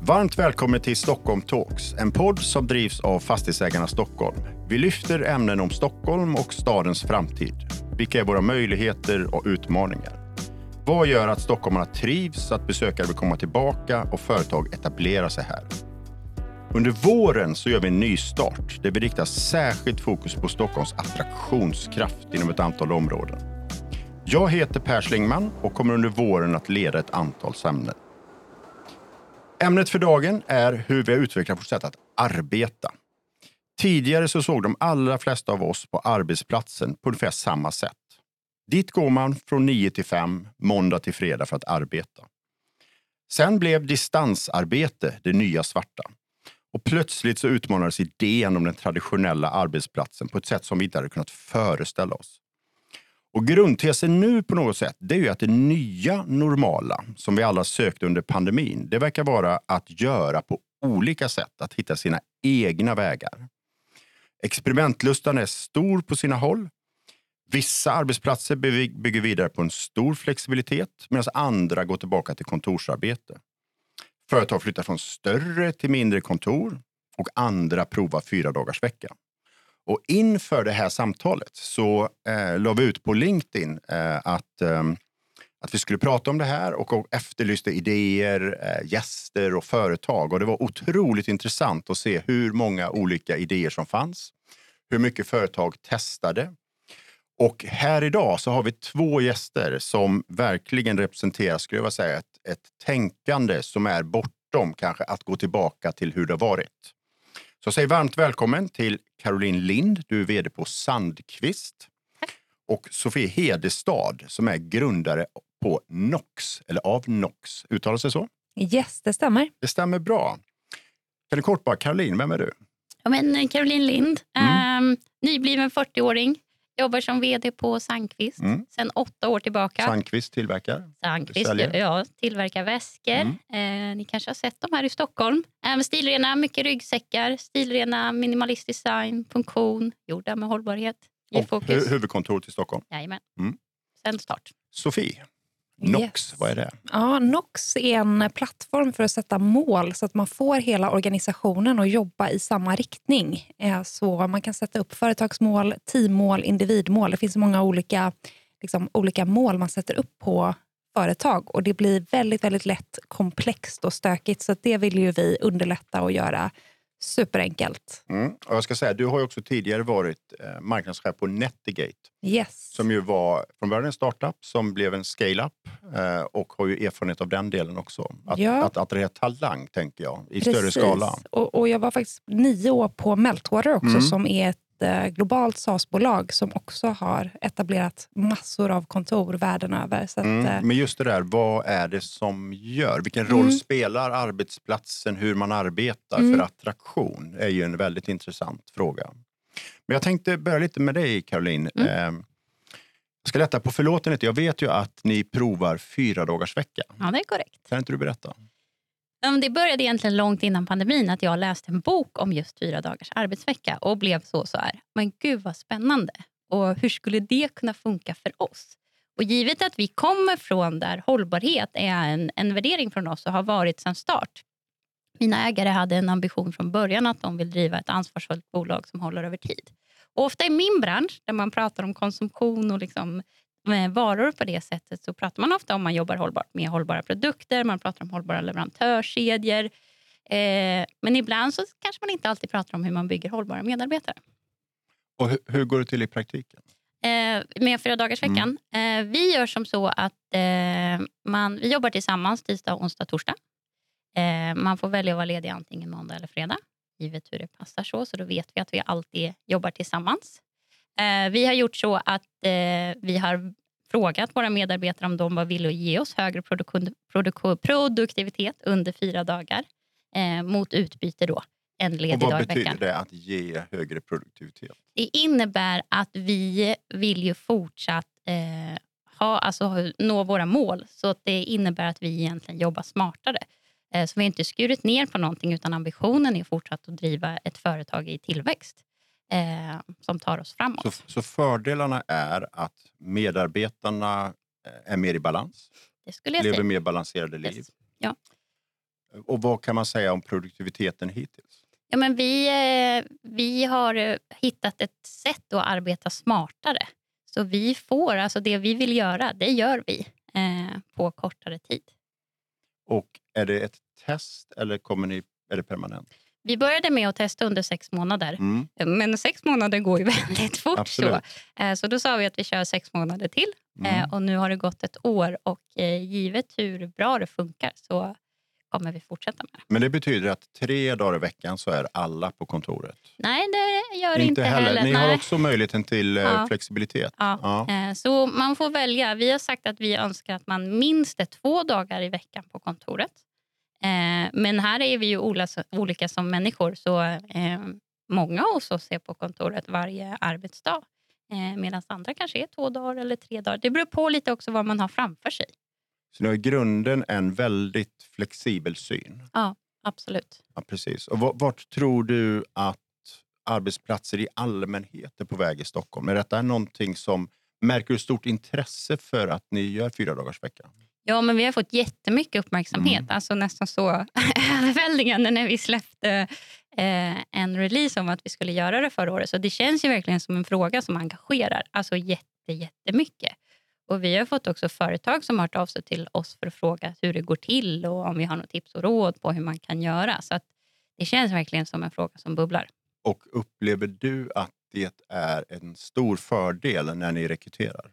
Varmt välkommen till Stockholm Talks, en podd som drivs av Fastighetsägarna Stockholm. Vi lyfter ämnen om Stockholm och stadens framtid. Vilka är våra möjligheter och utmaningar? Vad gör att stockholmarna trivs, att besökare vill komma tillbaka och företag etablerar sig här? Under våren så gör vi en ny start där vi riktar särskilt fokus på Stockholms attraktionskraft inom ett antal områden. Jag heter Per Slingman och kommer under våren att leda ett antal ämnen. Ämnet för dagen är hur vi har utvecklat vårt sätt att arbeta. Tidigare så såg de allra flesta av oss på arbetsplatsen på ungefär samma sätt. Dit går man från 9 till 5, måndag till fredag för att arbeta. Sen blev distansarbete det nya svarta. Och plötsligt så utmanades idén om den traditionella arbetsplatsen på ett sätt som vi inte hade kunnat föreställa oss. Och grundtesen nu på något sätt, det är ju att det nya normala som vi alla sökte under pandemin, det verkar vara att göra på olika sätt, att hitta sina egna vägar. Experimentlustan är stor på sina håll. Vissa arbetsplatser bygger vidare på en stor flexibilitet medan andra går tillbaka till kontorsarbete. Företag flyttar från större till mindre kontor och andra provar 4-dagarsvecka. Och inför det här samtalet så la vi ut på LinkedIn att vi skulle prata om det här och efterlyste idéer, gäster och företag. Och det var otroligt intressant att se hur många olika idéer som fanns. Hur mycket företag testade. Och här idag så har vi 2 gäster som verkligen representerar, skulle jag säga, ett tänkande som är bortom kanske att gå tillbaka till hur det har varit. Så säg varmt välkommen till Caroline Lind, du är vd på Sandqvist. Och Sofie Hedestad som är grundare på Nox, eller av Nox. Uttalar sig så? Yes, det stämmer. Det stämmer bra. Kan du kort bara, Caroline, vem är du? Ja, men Caroline Lind, nybliven 40-åring. Jobbar som vd på Sandqvist sedan 8 år tillbaka. Sandqvist tillverkar? Sandqvist, ja, tillverkar väskor. Ni kanske har sett dem här i Stockholm. Stilrena, mycket ryggsäckar. Stilrena, minimalistisk design, funktion, gjorda med hållbarhet. Och huvudkontor till Stockholm? Jajamän. Sen start. Sofie, Nox, Yes. vad är det? Ja, Nox är en plattform för att sätta mål så att man får hela organisationen att jobba i samma riktning. Så man kan sätta upp företagsmål, teammål, individmål. Det finns många olika mål man sätter upp på företag och det blir väldigt, väldigt lätt komplext och stökigt. Så att det vill ju vi underlätta och göra superenkelt. Och jag ska säga, du har ju också tidigare varit marknadschef på Netigate. Yes. Som ju var från början en startup som blev en scale-up och har ju erfarenhet av den delen också. Att attrahera talang, tänker jag, i större skala. Och jag var faktiskt 9 år på Meltwater också som är ett globalt SaaS-bolag som också har etablerat massor av kontor världen över. Så att, Men just det där, vad är det som gör? Vilken roll spelar arbetsplatsen, hur man arbetar för attraktion? Är ju en väldigt intressant fråga. Men jag tänkte börja lite med dig, Caroline. Jag ska lätta på förlåtenhet. Jag vet ju att ni provar 4-dagarsvecka. Ja, det är korrekt. Kan inte du berätta? Det började egentligen långt innan pandemin att jag läste en bok om just 4 dagars arbetsvecka och blev så här. Men gud vad spännande. Och hur skulle det kunna funka för oss? Och givet att vi kommer från där hållbarhet är en värdering från oss och har varit sedan start. Mina ägare hade en ambition från början att de vill driva ett ansvarsfullt bolag som håller över tid. Och ofta i min bransch där man pratar om konsumtion och med varor på det sättet så pratar man ofta om man jobbar hållbart med hållbara produkter. Man pratar om hållbara leverantörskedjor. Men ibland så kanske man inte alltid pratar om hur man bygger hållbara medarbetare. Och hur går det till i praktiken? Med 4-dagarsveckan. Vi gör som så att vi jobbar tillsammans tisdag, onsdag, torsdag. Man får välja att vara ledig antingen måndag eller fredag. Givet hur det passar så då vet vi att vi alltid jobbar tillsammans. Vi har gjort så att vi har frågat våra medarbetare om de var villiga att ge oss högre produktivitet under 4 dagar mot utbyte då en ledig dag i veckan. Och vad betyder det att ge högre produktivitet? Det innebär att vi vill ju fortsatt nå våra mål så att det innebär att vi egentligen jobbar smartare. Så vi har inte skurit ner på någonting utan ambitionen är fortsatt att driva ett företag i tillväxt. Som tar oss framåt. Så fördelarna är att medarbetarna är mer i balans? Det skulle jag lever säga. mer balanserade liv? Yes. Ja. Och vad kan man säga om produktiviteten hittills? Ja, men vi har hittat ett sätt att arbeta smartare. Så vi får, alltså det vi vill göra, det gör vi på kortare tid. Och är det ett test eller är det permanent? Vi började med att testa under 6 månader. Mm. Men 6 månader går ju väldigt fort. Absolut. Så då sa vi att vi kör 6 månader till. Och nu har det gått ett år. Och givet hur bra det funkar så kommer vi fortsätta med det. Men det betyder att 3 dagar i veckan så är alla på kontoret? Nej, det gör det inte heller. Ni Nej. har också möjligheten till flexibilitet? Ja. Så man får välja. Vi har sagt att vi önskar att man minst är 2 dagar i veckan på kontoret. Men här är vi ju olika som människor. Så många av oss är på kontoret varje arbetsdag. Medan andra kanske är 2 dagar eller 3 dagar. Det beror på lite också vad man har framför sig. Så det är i grunden en väldigt flexibel syn? Ja, absolut. Ja, precis. Och vart tror du att arbetsplatser i allmänhet är på väg i Stockholm? Är detta någonting som märker du stort intresse för att ni gör 4 dagars vecka? Ja, men vi har fått jättemycket uppmärksamhet. Alltså nästan så överväldigande när vi släppte en release om att vi skulle göra det förra året. Så det känns ju verkligen som en fråga som engagerar. Alltså jättemycket. Och vi har fått också företag som har hört av sig till oss för att fråga hur det går till och om vi har något tips och råd på hur man kan göra. Så att det känns verkligen som en fråga som bubblar. Och upplever du att det är en stor fördel när ni rekryterar?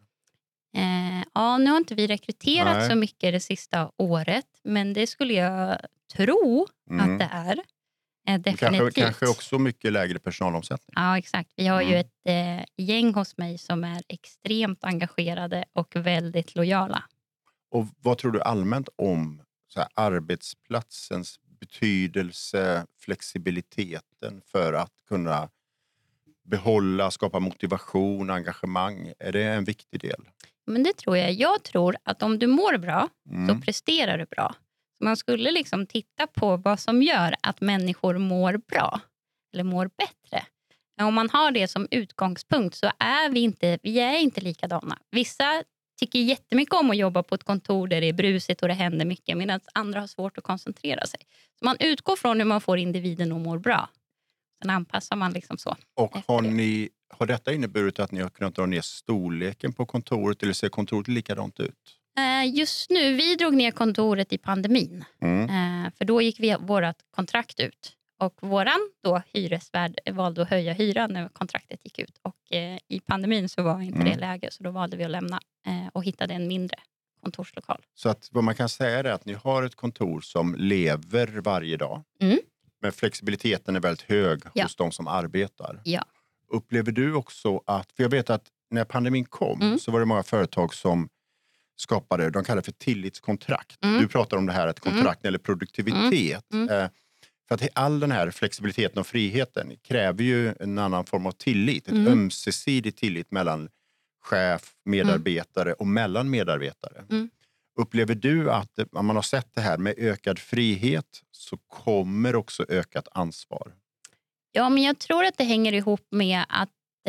Ja, nu har inte vi rekryterat så mycket det sista året. Men det skulle jag tro att det är. Definitivt. Kanske också mycket lägre personalomsättning. Ja, exakt. Vi har ju ett gäng hos mig som är extremt engagerade och väldigt lojala. Och vad tror du allmänt om så här, arbetsplatsens betydelse, flexibiliteten för att kunna behålla, skapa motivation, engagemang? Är det en viktig del? Men det tror jag. Jag tror att om du mår bra så presterar du bra. Så man skulle liksom titta på vad som gör att människor mår bra eller mår bättre. Men om man har det som utgångspunkt så är vi är inte likadana. Vissa tycker jättemycket om att jobba på ett kontor där det är brusigt och det händer mycket, medan andra har svårt att koncentrera sig. Så man utgår från hur man får individen att må bra. Sen anpassar man liksom så. Och har detta inneburit att ni har kunnat dra ner storleken på kontoret eller ser kontoret likadant ut? Just nu, vi drog ner kontoret i pandemin. För då gick vårt kontrakt ut. Och våran då hyresvärd valde att höja hyran när kontraktet gick ut. Och i pandemin så var inte det läge, så då valde vi att lämna och hittade en mindre kontorslokal. Så att vad man kan säga är att ni har ett kontor som lever varje dag. Men flexibiliteten är väldigt hög hos de som arbetar. Ja. Upplever du också att, för jag vet att när pandemin kom så var det många företag som skapade, de kallar det för tillitskontrakt. Du pratar om det här, ett kontrakt eller produktivitet. För att all den här flexibiliteten och friheten kräver ju en annan form av tillit. Ett ömsesidigt tillit mellan chef, medarbetare och mellan medarbetare. Upplever du att om man har sett det här med ökad frihet så kommer också ökat ansvar? Ja, men jag tror att det hänger ihop med att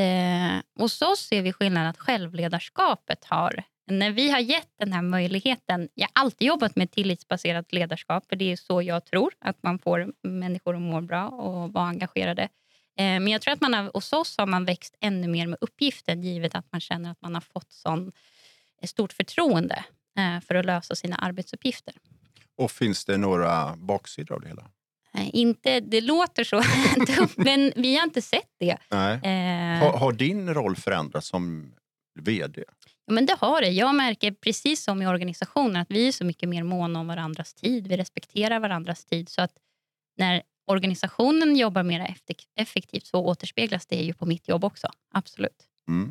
hos oss ser vi skillnad att självledarskapet har. När vi har gett den här möjligheten, jag har alltid jobbat med tillitsbaserat ledarskap, för det är så jag tror att man får människor att må bra och vara engagerade. Men jag tror att hos oss har man växt ännu mer med uppgiften, givet att man känner att man har fått sån stort förtroende för att lösa sina arbetsuppgifter. Och finns det några baksidor av det hela? Inte, det låter så, men vi har inte sett det. Nej. Har din roll förändrats som vd? Ja, men det har det. Jag märker precis som i organisationen att vi är så mycket mer måna om varandras tid. Vi respekterar varandras tid, så att när organisationen jobbar mer effektivt så återspeglas det ju på mitt jobb också. Absolut.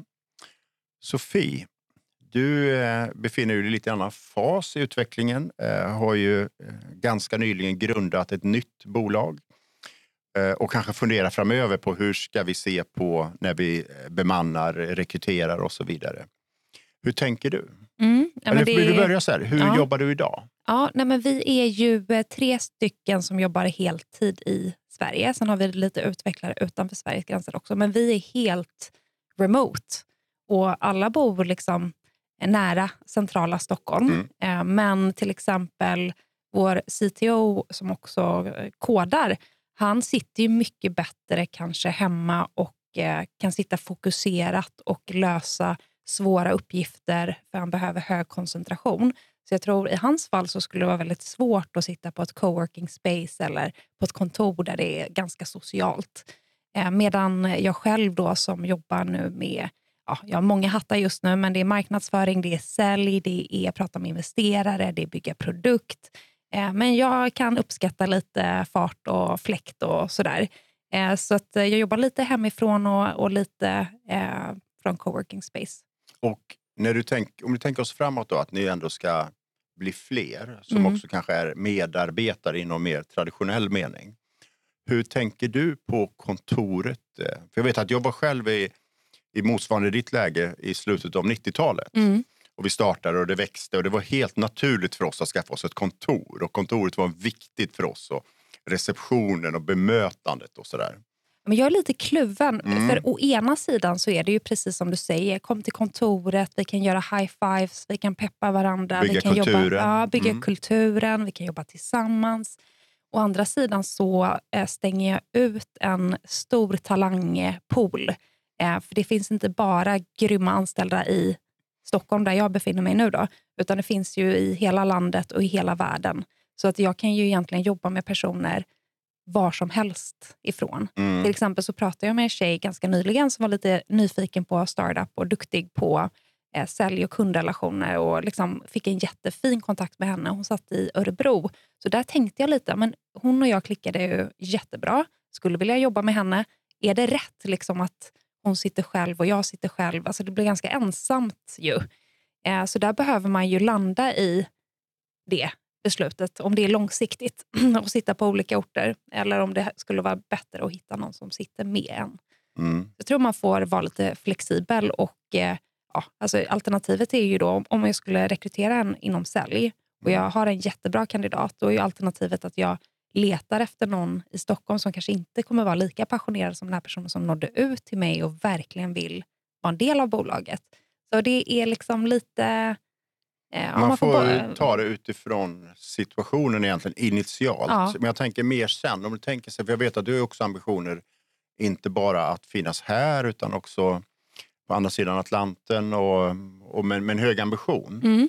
Sofie, du befinner dig i lite annan fas i utvecklingen. Har ju ganska nyligen grundat ett nytt bolag. Och kanske fundera framöver på hur ska vi se på när vi bemannar, rekryterar och så vidare. Hur tänker du? Eller vill du börja så här? Hur jobbar du idag? Ja, men vi är ju 3 stycken som jobbar heltid i Sverige. Sen har vi lite utvecklare utanför Sveriges gränser också. Men vi är helt remote. Och alla bor liksom nära centrala Stockholm. Men till exempel vår CTO som också kodar, han sitter ju mycket bättre kanske hemma och kan sitta fokuserat och lösa svåra uppgifter för han behöver hög koncentration. Så jag tror i hans fall så skulle det vara väldigt svårt att sitta på ett coworking space eller på ett kontor där det är ganska socialt. Medan jag själv då som jobbar nu med, jag har många hattar just nu, men det är marknadsföring, det är sälj, det är prata med investerare, det är bygga produkt. Men jag kan uppskatta lite fart och fläkt och sådär. Så att jag jobbar lite hemifrån och lite från coworking space. Och om du tänker oss framåt då, att ni ändå ska bli fler som också kanske är medarbetare inom mer traditionell mening. Hur tänker du på kontoret? För jag vet att jag var själv i motsvarande ditt läge i slutet av 90-talet. Och vi startade och det växte och det var helt naturligt för oss att skaffa oss ett kontor. Och kontoret var viktigt för oss och receptionen och bemötandet och sådär. Men jag är lite kluven, för å ena sidan så är det ju precis som du säger, kom till kontoret, vi kan göra high fives, vi kan peppa varandra, Bygga vi kan kulturen. bygga kulturen, vi kan jobba tillsammans. Å andra sidan så stänger jag ut en stor talangpool, för det finns inte bara grymma anställda i Stockholm där jag befinner mig nu då, utan det finns ju i hela landet och i hela världen. Så att jag kan ju egentligen jobba med personer var som helst ifrån. Till exempel så pratade jag med en tjej ganska nyligen som var lite nyfiken på startup och duktig på sälj- och kundrelationer och liksom fick en jättefin kontakt med henne. Hon satt i Örebro. Så där tänkte jag lite, men hon och jag klickade ju jättebra. Skulle vilja jobba med henne. Är det rätt liksom att hon sitter själv och jag sitter själv? Alltså det blir ganska ensamt ju. Så där behöver man ju landa i det beslutet, om det är långsiktigt att sitta på olika orter eller om det skulle vara bättre att hitta någon som sitter med en. Jag tror man får vara lite flexibel och alltså alternativet är ju då om jag skulle rekrytera en inom sälj och jag har en jättebra kandidat, då är ju alternativet att jag letar efter någon i Stockholm som kanske inte kommer vara lika passionerad som den här personen som nådde ut till mig och verkligen vill vara en del av bolaget. Så det är liksom lite... Man får ta det utifrån situationen egentligen initialt. Ja. Men jag tänker mer sen. Om du tänker sig, för jag vet att du har också ambitioner inte bara att finnas här utan också på andra sidan Atlanten och med en hög ambition.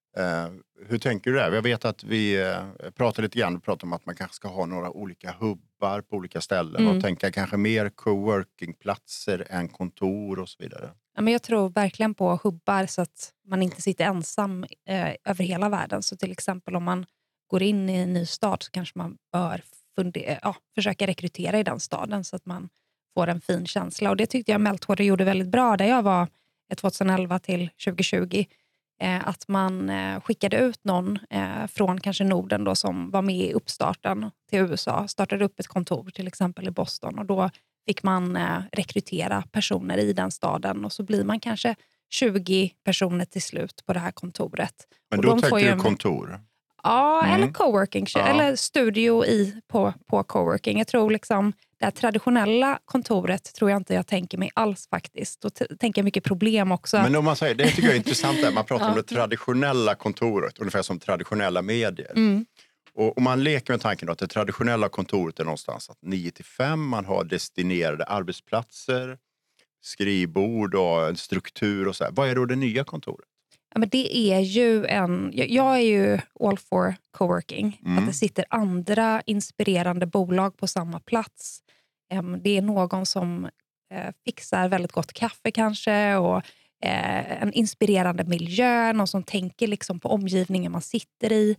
Hur tänker du där? Jag vet att vi pratar lite grann om att man kanske ska ha några olika hubbar på olika ställen och tänka kanske mer coworkingplatser än kontor och så vidare. Ja, men jag tror verkligen på hubbar så att man inte sitter ensam över hela världen. Så till exempel om man går in i en ny stad så kanske man bör försöka rekrytera i den staden så att man får en fin känsla. Och det tyckte jag Meltwater gjorde väldigt bra där jag var 2011 till 2020. Att man skickade ut någon från kanske Norden då, som var med i uppstarten till USA. Startade upp ett kontor till exempel i Boston och då fick man rekrytera personer i den staden och så blir man kanske 20 personer till slut på det här kontoret. Men och då tänker du kontor? Ja, eller coworking, eller studio på coworking. Jag tror liksom det här traditionella kontoret tror jag inte jag tänker mig alls faktiskt. Då tänker jag mycket problem också. Men om man säger, det tycker jag är intressant där. Man pratar om det traditionella kontoret, ungefär som traditionella medier. Och om man leker med tanken då att det traditionella kontoret är någonstans att 9-5, man har destinerade arbetsplatser, skrivbord och en struktur och så här. Vad är då det nya kontoret? Ja, men det är ju jag är ju all for coworking. Att det sitter andra inspirerande bolag på samma plats. Det är någon som fixar väldigt gott kaffe kanske och en inspirerande miljö. Någon som tänker liksom på omgivningen man sitter i.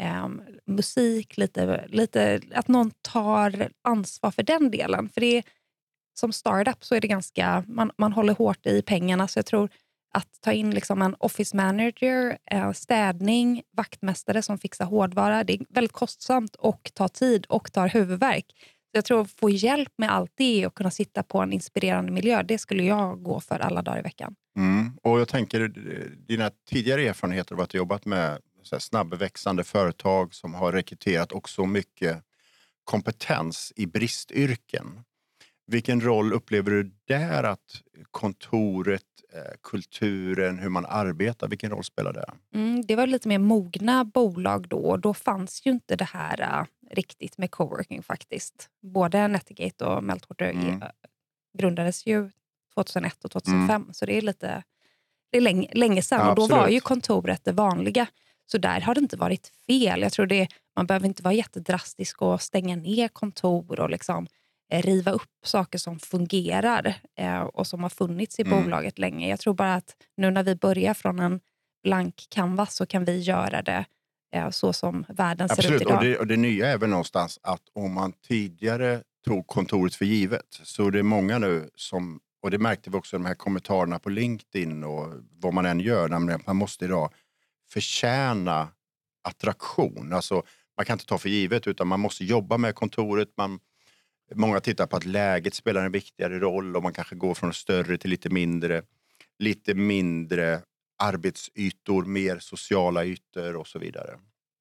Musik, lite att någon tar ansvar för den delen. För det är, som startup så är det ganska, man håller hårt i pengarna, så jag tror att ta in liksom en office manager, städning, vaktmästare som fixar hårdvara, det är väldigt kostsamt och tar tid och tar huvudvärk. Så jag tror att få hjälp med allt det och kunna sitta på en inspirerande miljö, det skulle jag gå för alla dagar i veckan. Och jag tänker, dina tidigare erfarenheter av att jobbat med så här snabbväxande företag som har rekryterat också mycket kompetens i bristyrken. Vilken roll upplever du där att kontoret, kulturen, hur man arbetar, vilken roll spelar det? Det var lite mer mogna bolag då. Då fanns ju inte det här riktigt med coworking faktiskt. Både Netigate och Meltwater grundades ju 2001 och 2005. Så det är länge sedan. Ja, och då absolut. var ju kontoret det vanliga. Så där har det inte varit fel. Jag tror man behöver inte vara jättedrastisk och stänga ner kontor och liksom riva upp saker som fungerar och som har funnits i bolaget länge. Jag tror bara att nu när vi börjar från en blank canvas så kan vi göra det så som världen ser ut idag. Absolut, och det nya är väl någonstans att om man tidigare tog kontoret för givet så är det många nu som, och det märkte vi också i de här kommentarerna på LinkedIn och vad man än gör, nämligen att man måste idag förtjäna attraktion. Alltså man kan inte ta för givet utan man måste jobba med kontoret. Många tittar på att läget spelar en viktigare roll och man kanske går från större till lite mindre arbetsytor, mer sociala ytor och så vidare.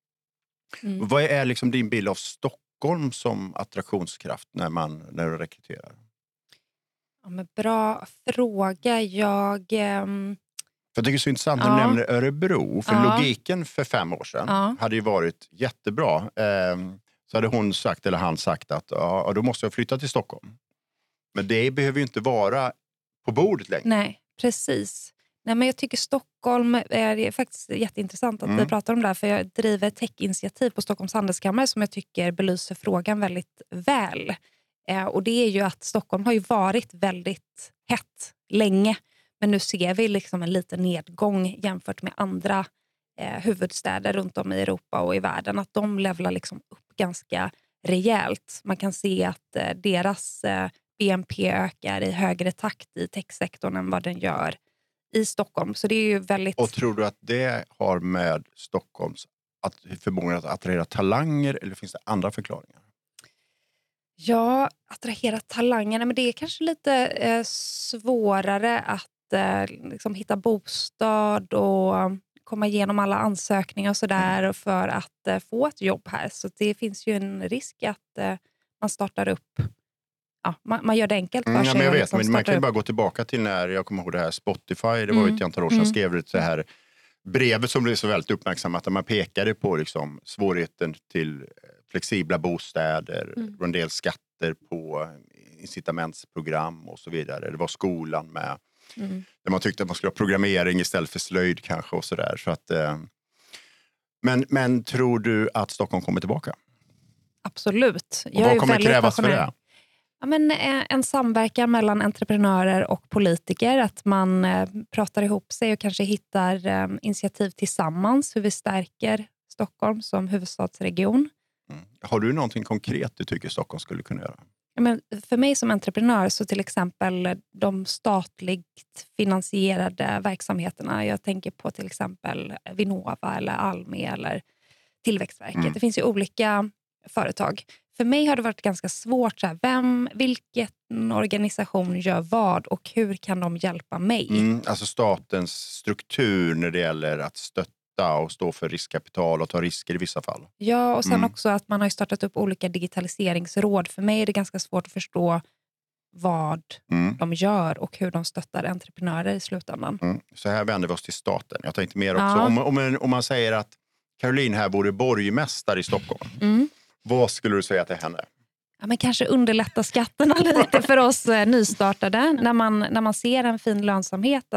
Vad är liksom din bild av Stockholm som attraktionskraft när du rekryterar? Ja, men bra fråga. För jag tycker det är så intressant när du nämner Örebro. För logiken för 5 år sedan hade ju varit jättebra. Så hade hon sagt, eller han sagt att då måste jag flytta till Stockholm. Men det behöver ju inte vara på bordet längre. Nej, precis. Nej, men jag tycker Stockholm är faktiskt jätteintressant att vi pratar om det här. För jag driver ett tech-initiativ på Stockholms handelskammare som jag tycker belyser frågan väldigt väl. Och det är ju att Stockholm har ju varit väldigt hett länge. Men nu ser vi liksom en liten nedgång jämfört med andra huvudstäder runt om i Europa och i världen. Att de levlar liksom upp ganska rejält. Man kan se att deras BNP ökar i högre takt i techsektorn än vad den gör i Stockholm. Så det är ju väldigt... Och tror du att det har med Stockholms förmåga att attrahera talanger eller finns det andra förklaringar? Ja, attrahera talanger. Men det är kanske lite svårare att liksom hitta bostad och komma igenom alla ansökningar och sådär för att få ett jobb här. Så det finns ju en risk att man startar upp. Ja, man gör det enkelt för sig. Men jag vet, liksom men man kan ju bara gå tillbaka till när jag kommer ihåg det här Spotify. Det var ju ett antal år sedan skrev det så här brevet som blev så väldigt uppmärksammat. Där man pekade på liksom svårigheten till flexibla bostäder och en del skatter på incitamentsprogram och så vidare. Det var skolan med. Där man tyckte att man skulle ha programmering istället för slöjd kanske och sådär. Så att, men tror du att Stockholm kommer tillbaka? Absolut. Och vad kommer krävas för det? Ja, men en samverkan mellan entreprenörer och politiker. Att man pratar ihop sig och kanske hittar initiativ tillsammans. Hur vi stärker Stockholm som huvudstadsregion. Har du någonting konkret du tycker Stockholm skulle kunna göra? Ja, men för mig som entreprenör så till exempel de statligt finansierade verksamheterna. Jag tänker på till exempel Vinnova eller Almi eller Tillväxtverket. Det finns ju olika företag. För mig har det varit ganska svårt. Så här, vilken organisation gör vad och hur kan de hjälpa mig? Alltså statens struktur när det gäller att stötta och stå för riskkapital och ta risker i vissa fall. Ja, och sen också att man har startat upp olika digitaliseringsråd. För mig är det ganska svårt att förstå vad de gör och hur de stöttar entreprenörer i slutändan. Så här vänder vi oss till staten. Jag tänkte mer också, om man säger att Caroline här vore borgmästare i Stockholm. Vad skulle du säga till henne? Ja, men kanske underlätta skatterna lite för oss nystartade. När man ser en fin lönsamhet.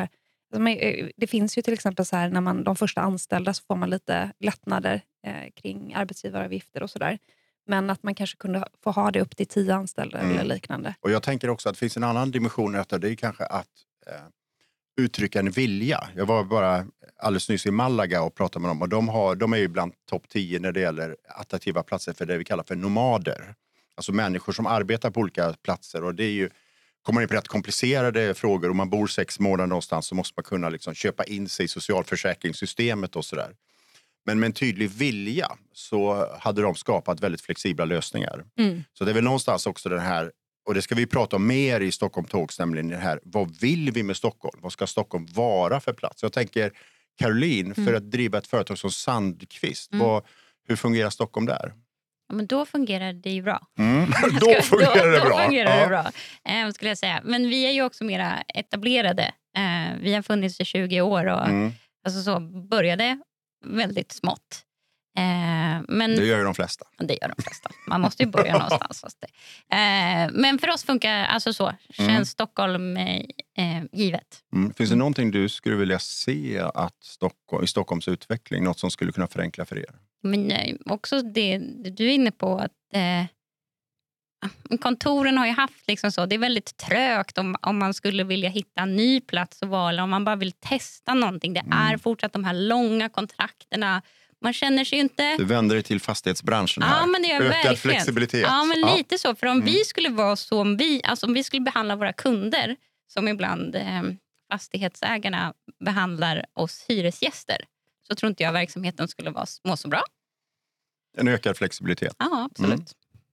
Det finns ju till exempel så här, när de första anställda så får man lite lättnader kring arbetsgivaravgifter och sådär. Men att man kanske kunde få ha det upp till 10 anställda eller liknande. Och jag tänker också att det finns en annan dimension i detta. Det är kanske att uttrycka en vilja. Jag var bara alldeles nyss i Malaga och pratade med dem. Och de är ju bland topp 10 när det gäller attraktiva platser för det vi kallar för nomader. Alltså människor som arbetar på olika platser. Och det är ju, kommer in på rätt komplicerade frågor. Om man bor 6 månader någonstans så måste man kunna liksom köpa in sig i socialförsäkringssystemet och sådär. Men med en tydlig vilja så hade de skapat väldigt flexibla lösningar. Så det är väl någonstans också den här, och det ska vi prata om mer i Stockholm Talks, nämligen det här, vad vill vi med Stockholm? Vad ska Stockholm vara för plats? Jag tänker, Caroline, för att driva ett företag som Sandqvist, hur fungerar Stockholm där? Ja, men då fungerar det ju bra. Då fungerar det bra. Då fungerar det bra, skulle jag säga. Men vi är ju också mera etablerade. Vi har funnits i 20 år och alltså så började väldigt smått. Men det gör ju de flesta. Det gör de flesta. Man måste ju börja någonstans. Men för oss funkar alltså så. Känns Stockholm givet. Finns det någonting du skulle vilja se att i Stockholms utveckling, något som skulle kunna förenkla för er? Men också det du är inne på att kontoren har ju haft liksom så. Det är väldigt trögt om man skulle vilja hitta en ny plats att vara, eller om man bara vill testa någonting. Det är fortsatt de här långa kontrakterna. Man känner sig ju inte... Du vänder dig till fastighetsbranschen här. Ja, men det gör ökad verkligen. Flexibilitet. Ja, men lite så. För om vi skulle vara så, om vi skulle behandla våra kunder som ibland fastighetsägarna behandlar oss hyresgäster, så tror inte jag verksamheten skulle må så bra. En ökad flexibilitet. Ja, absolut.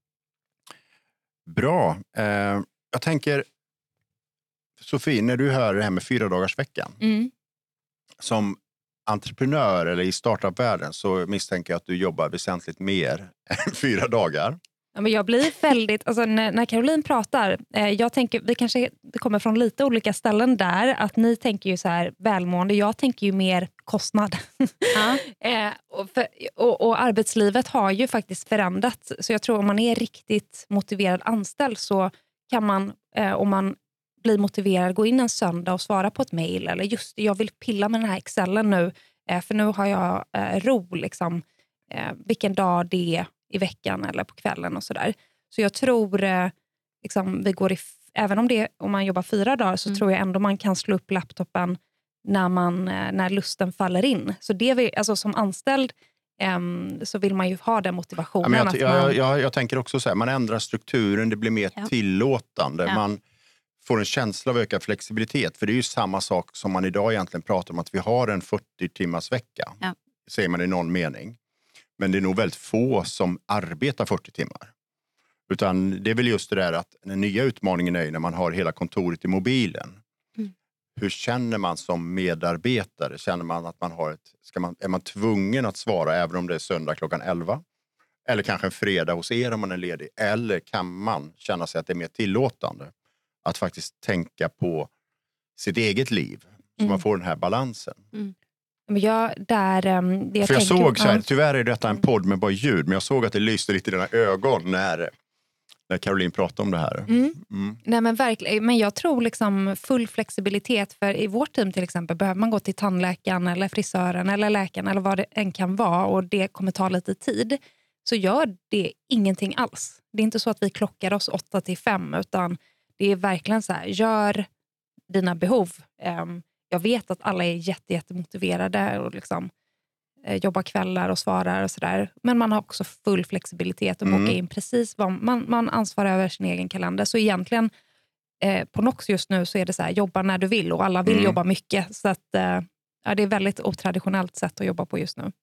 Bra. Jag tänker, Sofie, när du hör det här med 4-dagarsveckan. Som entreprenör eller i startup-världen så misstänker jag att du jobbar väsentligt mer än 4 dagar. Ja, men jag blir väldigt, alltså när Caroline pratar, jag tänker, det kommer från lite olika ställen där, att ni tänker ju så här välmående, jag tänker ju mer kostnad. Och arbetslivet har ju faktiskt förändrats, så jag tror om man är riktigt motiverad anställd så kan man, om man blir motiverad, gå in en söndag och svara på ett mejl, eller just jag vill pilla med den här Excelen nu, för nu har jag ro liksom, vilken dag det är i veckan eller på kvällen och sådär. Så jag tror liksom, även om man jobbar 4 dagar så tror jag ändå man kan slå upp laptopen när lusten faller in. Så alltså, som anställd så vill man ju ha den motivationen. Jag tänker också så här, man ändrar strukturen, det blir mer tillåtande. Man får en känsla av ökad flexibilitet. För det är ju samma sak som man idag egentligen pratar om, att vi har en 40-timmars vecka. Säger man i någon mening. Men det är nog väldigt få som arbetar 40 timmar. Utan det är väl just det där att den nya utmaningen är när man har hela kontoret i mobilen. Hur känner man som medarbetare? Känner man att man har är man tvungen att svara även om det är söndag klockan 11? Eller kanske en fredag hos er om man är ledig? Eller kan man känna sig att det är mer tillåtande att faktiskt tänka på sitt eget liv? Så man får den här balansen. Men jag såg så här, tyvärr är detta en podd med bara ljud, men jag såg att det lyste lite i dina ögon när Caroline pratade om det här. Nej, men verkligen, men jag tror liksom full flexibilitet, för i vårt team till exempel behöver man gå till tandläkaren eller frisören eller läkaren eller vad det än kan vara, och det kommer ta lite tid, så gör det ingenting alls. Det är inte så att vi klockar oss 8-5, utan det är verkligen så här, gör dina behov. Jag vet att alla är jättemotiverade och liksom jobbar kvällar och svarar och sådär. Men man har också full flexibilitet att boka in precis vad man ansvarar över sin egen kalender. Så egentligen på Nox just nu så är det så här, jobba när du vill, och alla vill jobba mycket. Så att det är ett väldigt otraditionellt sätt att jobba på just nu.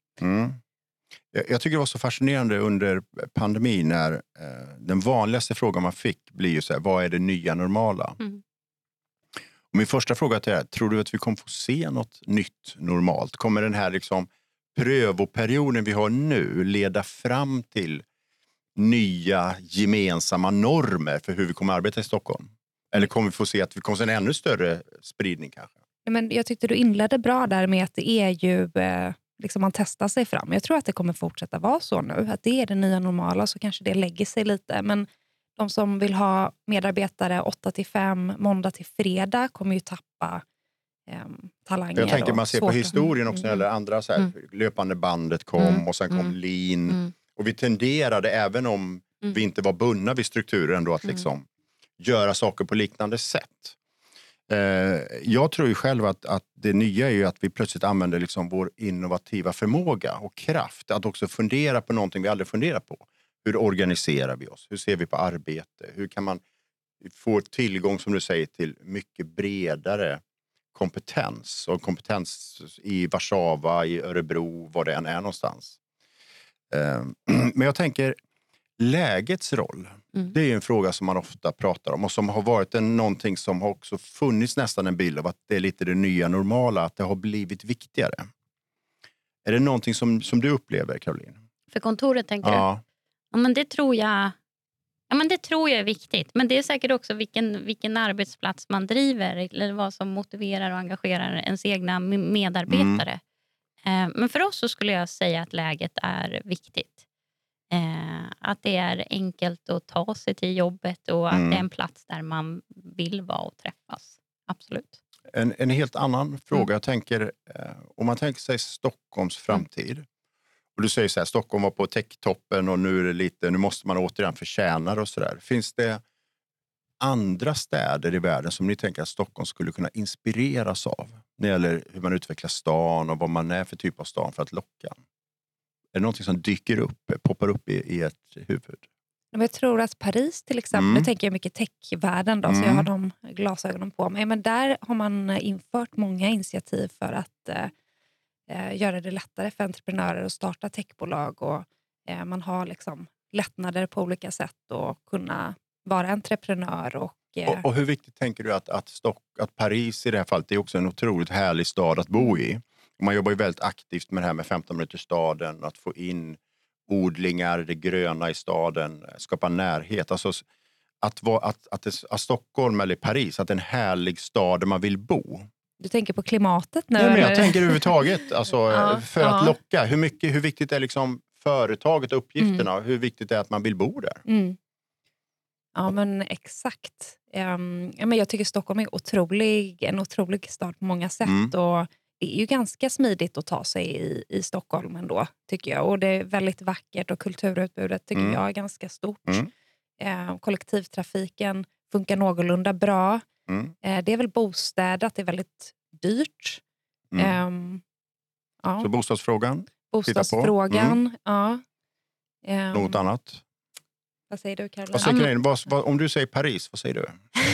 Jag tycker det var så fascinerande under pandemin när den vanligaste frågan man fick blir ju så här, vad är det nya normala? Och min första fråga till er, tror du att vi kommer få se något nytt normalt? Kommer den här liksom prövoperioden vi har nu leda fram till nya gemensamma normer för hur vi kommer arbeta i Stockholm? Eller kommer vi få se att vi kommer se en ännu större spridning kanske? Men jag tyckte du inledde bra där med att det är ju liksom man testar sig fram. Jag tror att det kommer fortsätta vara så nu, att det är det nya normala, så kanske det lägger sig lite. Men de som vill ha medarbetare 8-5, måndag till fredag kommer ju tappa talanger. Jag tänker man ser på historien också, eller andra så här, löpande bandet kom och sen kom lean. Och vi tenderade, även om vi inte var bundna vid strukturer ändå, att liksom göra saker på liknande sätt. Jag tror ju själv att det nya är ju att vi plötsligt använder liksom vår innovativa förmåga och kraft att också fundera på någonting vi aldrig funderat på. Hur organiserar vi oss? Hur ser vi på arbete? Hur kan man få tillgång, som du säger, till mycket bredare kompetens? Och kompetens i Warszawa, i Örebro, var det än är någonstans. Men jag tänker, lägets roll, det är ju en fråga som man ofta pratar om och som har varit någonting som har också funnits nästan en bild av att det är lite det nya normala, att det har blivit viktigare. Är det någonting som du upplever, Caroline? För kontoret tänker du? Ja, men det tror jag. Ja, men det tror jag är viktigt. Men det är säkert också vilken arbetsplats man driver eller vad som motiverar och engagerar ens egna medarbetare. Men för oss så skulle jag säga att läget är viktigt. Att det är enkelt att ta sig till jobbet och att det är en plats där man vill vara och träffas. Absolut. En helt annan fråga. Jag tänker, om man tänker sig Stockholms framtid. Och du säger så här, Stockholm var på techtoppen och nu måste man återigen förtjäna och sådär. Finns det andra städer i världen som ni tänker att Stockholm skulle kunna inspireras av? När det gäller hur man utvecklar stan och vad man är för typ av stan för att locka. Är det någonting som poppar upp i ert huvud? Jag tror att Paris till exempel, nu tänker jag mycket techvärlden då, så jag har de glasögonen på mig. Men där har man infört många initiativ för att göra det lättare för entreprenörer att starta techbolag. Och man har liksom lättnader på olika sätt och kunna vara entreprenör. Och hur viktigt tänker du att Paris i det här fallet är också en otroligt härlig stad att bo i? Man jobbar ju väldigt aktivt med det här med 15 minuter staden, att få in odlingar, det gröna i staden, skapa närhet. Alltså att Stockholm eller Paris, att det är en härlig stad där man vill bo. Du tänker på klimatet nu? Nej, men jag eller? tänker överhuvudtaget alltså, att locka. Hur viktigt är liksom företaget och uppgifterna? Hur viktigt är att man vill bo där? Ja, men exakt. Men jag tycker Stockholm är en otrolig stad på många sätt. Och det är ju ganska smidigt att ta sig i Stockholm ändå, tycker jag. Och det är väldigt vackert och kulturutbudet tycker jag är ganska stort. Kollektivtrafiken funkar någorlunda bra. Det är väl bostäder, att det är väldigt dyrt. Så bostadsfrågan? Bostadsfrågan, ja. Något annat? Vad säger du, Caroline? Vad säger Caroline? Om du säger Paris, vad säger du?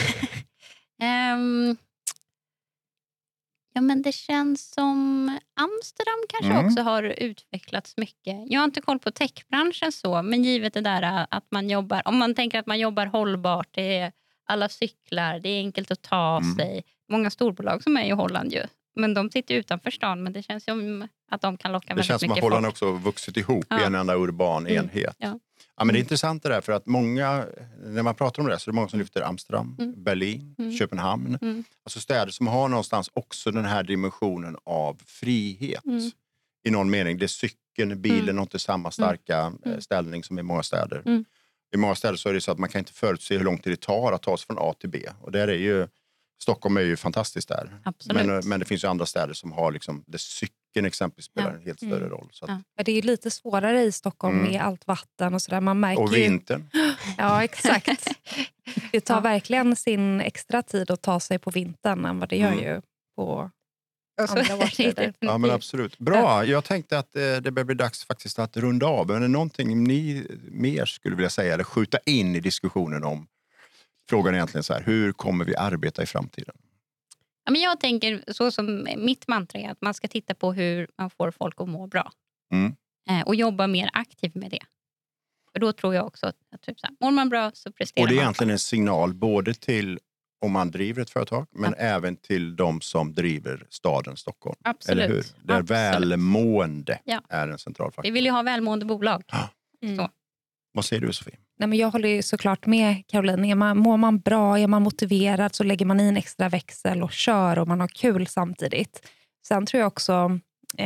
Ja, men det känns som Amsterdam kanske också har utvecklats mycket. Jag har inte koll på techbranschen så, men givet det där att man jobbar, om man tänker att man jobbar hållbart, det är alla cyklar, det är enkelt att ta sig. Många storbolag som är i Holland ju, men de sitter utanför stan, men det känns som att de kan locka väldigt mycket folk. Det känns som att Holland också vuxit ihop i en enda urban enhet. Ja, men det är intressant det där, för att många, när man pratar om det så är det många som lyfter Amsterdam, Berlin, Köpenhamn. Alltså städer som har någonstans också den här dimensionen av frihet. I någon mening, det är cykeln, bilen har inte samma starka ställning som i många städer. I många städer så är det så att man kan inte förutse hur lång tid det tar att ta sig från A till B. Och där är ju, Stockholm är ju fantastiskt där. Men det finns ju andra städer som har liksom, där cykeln exempelvis spelar en helt större roll. Så att, det är ju lite svårare i Stockholm med allt vatten och sådär. Man märker och vintern. Ja, exakt. Det tar verkligen sin extra tid att ta sig på vintern än vad det gör ju på andra årstider. Ja, men absolut. Bra, jag tänkte att det börjar bli dags faktiskt att runda av. Men är det någonting ni mer skulle vilja säga eller skjuta in i diskussionen om frågan egentligen så här, hur kommer vi arbeta i framtiden? Ja, men jag tänker så som mitt mantra är att man ska titta på hur man får folk att må bra. Och jobba mer aktivt med det. För då tror jag också att typ så här, mår man bra så presterar man. Och det är egentligen en signal både till om man driver ett företag men även till de som driver staden Stockholm. Absolut. Eller hur? Där välmående är en central faktor. Vi vill ju ha välmående bolag. Så. Vad säger du, Sofie? Nej, men jag håller ju såklart med Caroline. Mår man bra, är man motiverad så lägger man i en extra växel och kör och man har kul samtidigt. Sen tror jag också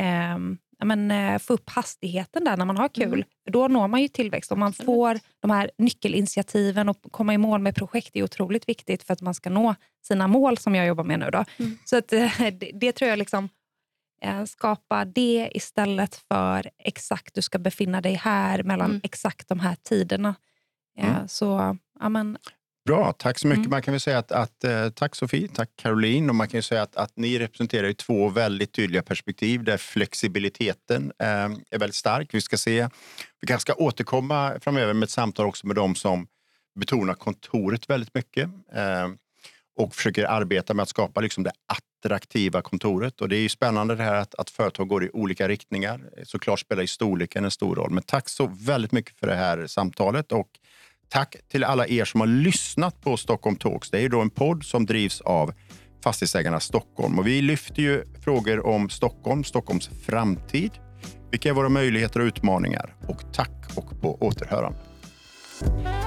få upp hastigheten där när man har kul. För då når man ju tillväxt. Om man får de här nyckelinitiativen och komma i mål med projekt är otroligt viktigt för att man ska nå sina mål som jag jobbar med nu då. Så att det tror jag liksom skapa det istället för exakt du ska befinna dig här mellan exakt de här tiderna. Så, amen. Bra, tack så mycket. Man kan väl säga att tack Sofie, tack Caroline. Och man kan ju säga att ni representerar ju två väldigt tydliga perspektiv där flexibiliteten är väldigt stark. Vi kanske ska återkomma framöver med ett samtal också med de som betonar kontoret väldigt mycket. Och försöker arbeta med att skapa liksom det attraktiva kontoret. Och det är ju spännande det här att företag går i olika riktningar. Såklart spelar ju storleken en stor roll. Men tack så väldigt mycket för det här samtalet. Och tack till alla er som har lyssnat på Stockholm Talks. Det är ju då en podd som drivs av Fastighetsägarna Stockholm. Och vi lyfter ju frågor om Stockholm, Stockholms framtid. Vilka är våra möjligheter och utmaningar? Och tack och på återhörande.